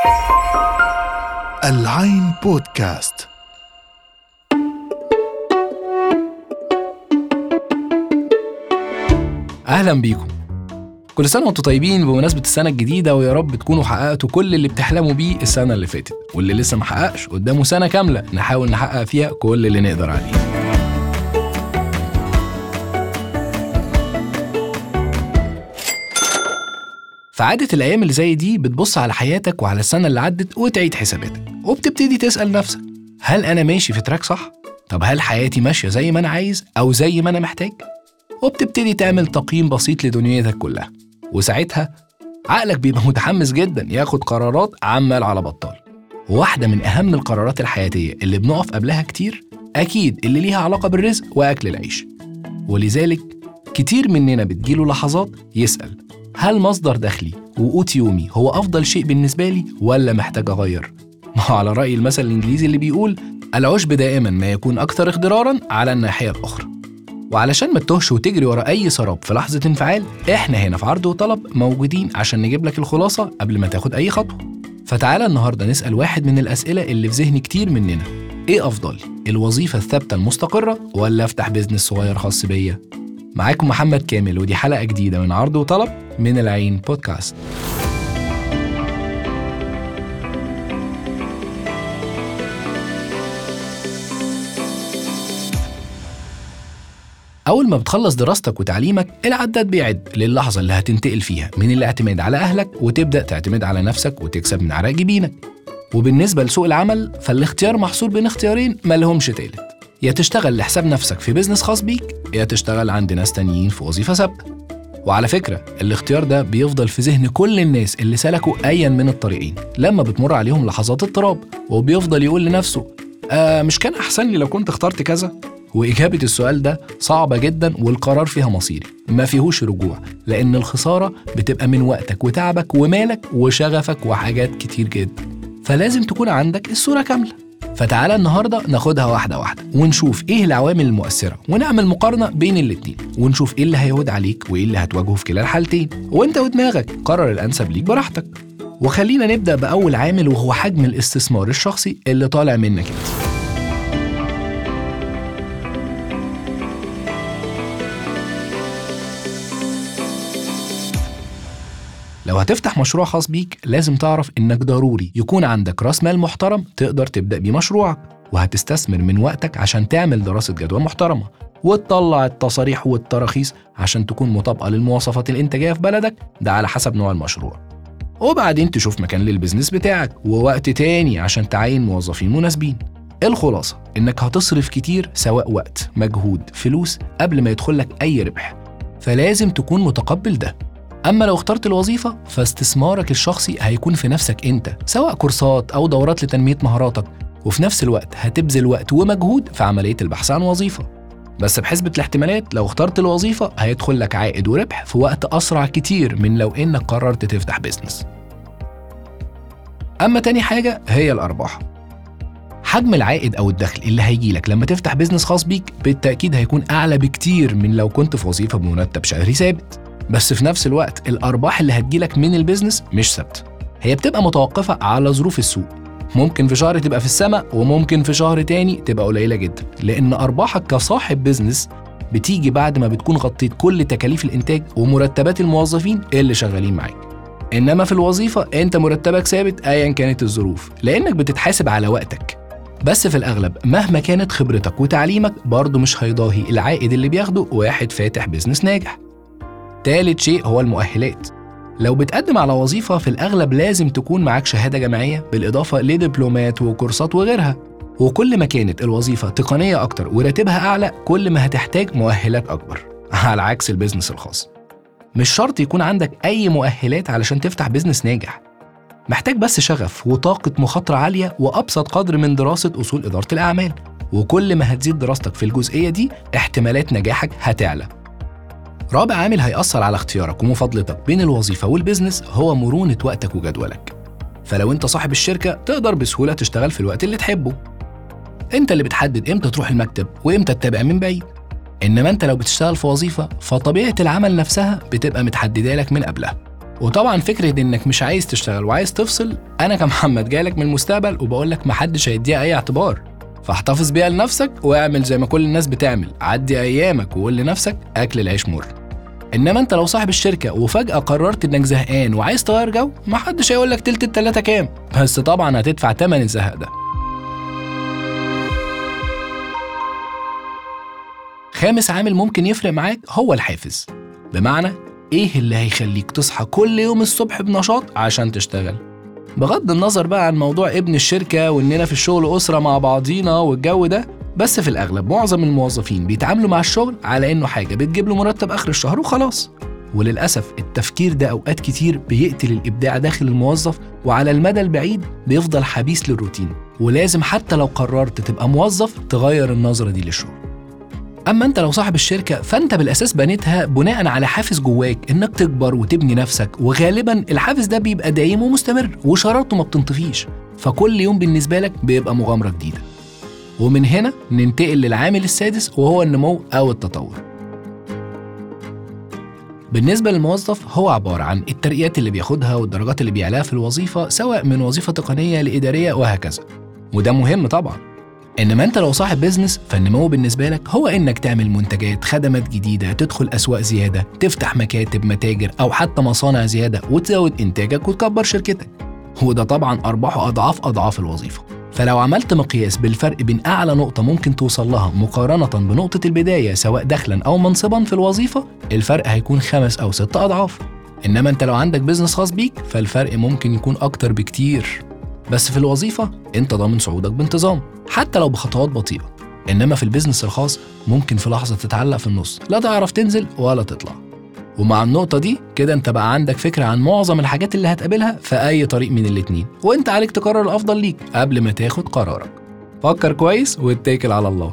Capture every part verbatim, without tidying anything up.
العين بودكاست. أهلا بيكم. كل سنة وانتم طيبين بمناسبة السنة الجديدة، ويا رب تكونوا حققتوا كل اللي بتحلموا بيه السنة اللي فاتت، واللي لسه محققش قدامه سنة كاملة نحاول نحقق فيها كل اللي نقدر عليه. فعادة الأيام اللي زي دي بتبص على حياتك وعلى السنة اللي عدت وتعيد حساباتك، وبتبتدي تسأل نفسك: هل أنا ماشي في تراك صح؟ طب هل حياتي ماشية زي ما أنا عايز أو زي ما أنا محتاج؟ وبتبتدي تعمل تقييم بسيط لدنيتك كلها، وساعتها عقلك بيبقى متحمس جدا ياخد قرارات عمال على بطال. واحدة من أهم القرارات الحياتية اللي بنقف قبلها كتير أكيد اللي ليها علاقة بالرزق وأكل العيش. ولذلك كتير مننا بتجيله لحظات يسأل: هل مصدر دخلي وقوت يومي هو أفضل شيء بالنسبة لي ولا محتاج أغير؟ ما هو على رأي المثل الإنجليزي اللي بيقول: العشب دائما ما يكون أكثر اخضرارا على الناحية الأخرى. وعلشان ما تتوهش وتجري ورا أي سراب في لحظة انفعال، إحنا هنا في عرض وطلب موجودين عشان نجيب لك الخلاصة قبل ما تاخد أي خطوة. فتعالى النهاردة نسأل واحد من الأسئلة اللي في ذهن كتير مننا: إيه أفضل، الوظيفة الثابتة المستقرة ولا أفتح بيزنس صغير خاص بيا؟ معاكم محمد كامل، ودي حلقة جديدة من عرض وطلب من العين بودكاست. أول ما بتخلص دراستك وتعليمك، العداد بيعد للحظة اللي هتنتقل فيها من الاعتماد على أهلك وتبدأ تعتمد على نفسك وتكسب من عرق جبينك. وبالنسبة لسوق العمل، فالاختيار محصور بين اختيارين مالهمش تالت: يا تشتغل لحساب نفسك في بيزنس خاص بيك، يا تشتغل عند ناس تانيين في وظيفة ثابتة. وعلى فكرة الاختيار ده بيفضل في ذهن كل الناس اللي سلكوا أيا من الطريقين لما بتمر عليهم لحظات اضطراب، وبيفضل يقول لنفسه: آه مش كان أحسن لي لو كنت اخترت كذا؟ وإجابة السؤال ده صعبة جدا، والقرار فيها مصيري ما فيهوش رجوع، لأن الخسارة بتبقى من وقتك وتعبك ومالك وشغفك وحاجات كتير جدا. فلازم تكون عندك الصورة كاملة. فتعالى النهاردة ناخدها واحدة واحدة ونشوف إيه العوامل المؤثرة، ونعمل مقارنة بين الاتنين، ونشوف إيه اللي هيعود عليك وإيه اللي هتواجهه في كلا الحالتين، وإنت ودماغك قرر الأنسب ليك براحتك. وخلينا نبدأ بأول عامل، وهو حجم الاستثمار الشخصي اللي طالع منك انت. لو هتفتح مشروع خاص بيك، لازم تعرف إنك ضروري يكون عندك رأس مال محترم تقدر تبدأ بيه مشروعك، وهتستثمر من وقتك عشان تعمل دراسة جدوى محترمة وتطلع التصاريح والتراخيص عشان تكون مطابقة للمواصفات الإنتاجية في بلدك، ده على حسب نوع المشروع. وبعدين تشوف مكان للبزنس بتاعك ووقت تاني عشان تعين موظفين مناسبين. الخلاصة إنك هتصرف كتير، سواء وقت، مجهود، فلوس، قبل ما يدخلك أي ربح، فلازم تكون متقبل ده. أما لو اخترت الوظيفة، فاستثمارك الشخصي هيكون في نفسك أنت، سواء كورسات أو دورات لتنمية مهاراتك، وفي نفس الوقت هتبذل وقت ومجهود في عملية البحث عن وظيفة. بس بحسبة الاحتمالات، لو اخترت الوظيفة هيدخل لك عائد وربح في وقت أسرع كتير من لو إنك قررت تفتح بيزنس. أما تاني حاجة هي الأرباح. حجم العائد أو الدخل اللي هيجيلك لما تفتح بيزنس خاص بيك بالتأكيد هيكون أعلى بكتير من لو كنت في وظيفة بمرتب شهري ثابت. بس في نفس الوقت الأرباح اللي هتجيلك من البيزنس مش ثابتة، هي بتبقى متوقفة على ظروف السوق. ممكن في شهر تبقى في السماء، وممكن في شهر تاني تبقى قليلة جدا، لأن أرباحك كصاحب بيزنس بتيجي بعد ما بتكون غطيت كل تكاليف الإنتاج ومرتبات الموظفين اللي شغالين معاك. إنما في الوظيفة أنت مرتبك ثابت أيا كانت الظروف، لأنك بتتحاسب على وقتك. بس في الأغلب مهما كانت خبرتك وتعليمك، برضو مش هيضاهي العائد اللي بياخده واحد فاتح بيزنس ناجح. ثالث شيء هو المؤهلات. لو بتقدم على وظيفة، في الأغلب لازم تكون معاك شهادة جامعية بالإضافة لدبلومات وكورسات وغيرها. وكل ما كانت الوظيفة تقنية أكتر وراتبها أعلى، كل ما هتحتاج مؤهلات أكبر، على عكس البيزنس الخاص. مش شرط يكون عندك أي مؤهلات علشان تفتح بيزنس ناجح، محتاج بس شغف وطاقة مخاطرة عالية وأبسط قدر من دراسة أصول إدارة الأعمال. وكل ما هتزيد دراستك في الجزئية دي، احتمالات نجاحك هتعلى. رابع عامل هيأثر على اختيارك ومفاضلتك بين الوظيفة والبيزنس هو مرونة وقتك وجدولك. فلو انت صاحب الشركة، تقدر بسهولة تشتغل في الوقت اللي تحبه. انت اللي بتحدد امتى تروح المكتب وامتى تتابع من بعيد. انما انت لو بتشتغل في وظيفة، فطبيعة العمل نفسها بتبقى متحددة لك من قبلها، وطبعا فكرة انك مش عايز تشتغل وعايز تفصل، انا كمحمد جايلك من المستقبل وبقولك محدش هيديها اي اعتبار، فاحتفظ بيها لنفسك واعمل زي ما كل الناس بتعمل، عدي ايامك وقول لنفسك اكل العيش مر. انما انت لو صاحب الشركة وفجأة قررت انك زهقان وعايز تغير جو، محدش هيقولك تلت التلاتة كام، بس طبعا هتدفع تمن الزهق ده. خامس عامل ممكن يفرق معاك هو الحافز. بمعنى ايه اللي هيخليك تصحى كل يوم الصبح بنشاط عشان تشتغل؟ بغض النظر بقى عن موضوع ابن الشركة واننا في الشغل أسرة مع بعضينا والجو ده، بس في الأغلب معظم الموظفين بيتعاملوا مع الشغل على انه حاجة بتجيب له مرتب آخر الشهر وخلاص. وللأسف التفكير ده أوقات كتير بيقتل الإبداع داخل الموظف، وعلى المدى البعيد بيفضل حبيس للروتين، ولازم حتى لو قررت تبقى موظف تغير النظرة دي للشغل. أما أنت لو صاحب الشركة فأنت بالأساس بنيتها بناء على حافز جواك إنك تكبر وتبني نفسك، وغالباً الحافز ده بيبقى دايم ومستمر وشرارته ما بتنطفيش، فكل يوم بالنسبة لك بيبقى مغامرة جديدة. ومن هنا ننتقل للعامل السادس وهو النمو أو التطور. بالنسبة للموظف هو عبارة عن الترقيات اللي بياخدها والدرجات اللي بيعلاها في الوظيفة، سواء من وظيفة تقنية لإدارية وهكذا، وده مهم طبعاً. إنما أنت لو صاحب بيزنس فالنمو بالنسبة لك هو إنك تعمل منتجات، خدمات جديدة، تدخل أسواق زيادة، تفتح مكاتب، متاجر أو حتى مصانع زيادة وتزود إنتاجك وتكبر شركتك، وده طبعاً أرباحه أضعاف أضعاف الوظيفة. فلو عملت مقياس بالفرق بين أعلى نقطة ممكن توصل لها مقارنة بنقطة البداية سواء دخلاً أو منصباً في الوظيفة، الفرق هيكون خمس أو ست أضعاف. إنما أنت لو عندك بيزنس خاص بيك فالفرق ممكن يكون أكتر بكتير. بس في الوظيفة انت ضامن صعودك بانتظام حتى لو بخطوات بطيئة، انما في البيزنس الخاص ممكن في لحظة تتعلق في النص، لا تعرف تنزل ولا تطلع. ومع النقطة دي كده انت بقى عندك فكرة عن معظم الحاجات اللي هتقابلها في اي طريق من الاتنين، وانت عليك تقرر الافضل ليك قبل ما تاخد قرارك. فكر كويس واتكل على الله.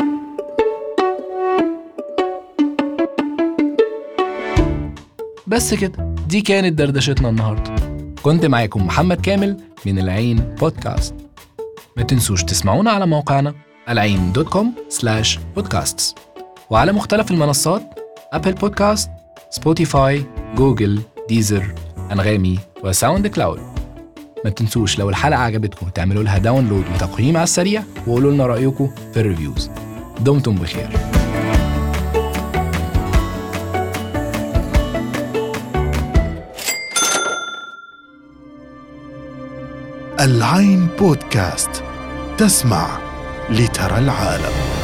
بس كده، دي كانت دردشتنا النهاردة. كنت معاكم محمد كامل من العين بودكاست. ما تنسوش تسمعونا على موقعنا العين دوت كوم سلاش بودكاستس، وعلى مختلف المنصات أبل بودكاست، سبوتيفاي، جوجل، ديزر، أنغامي وساوند كلاود. ما تنسوش لو الحلقة عجبتكم تعملوا لها داونلود وتقييم على السريع، وقولوا لنا رأيكم في الريفيوز. دمتم بخير. العين بودكاست، تسمع لترى العالم.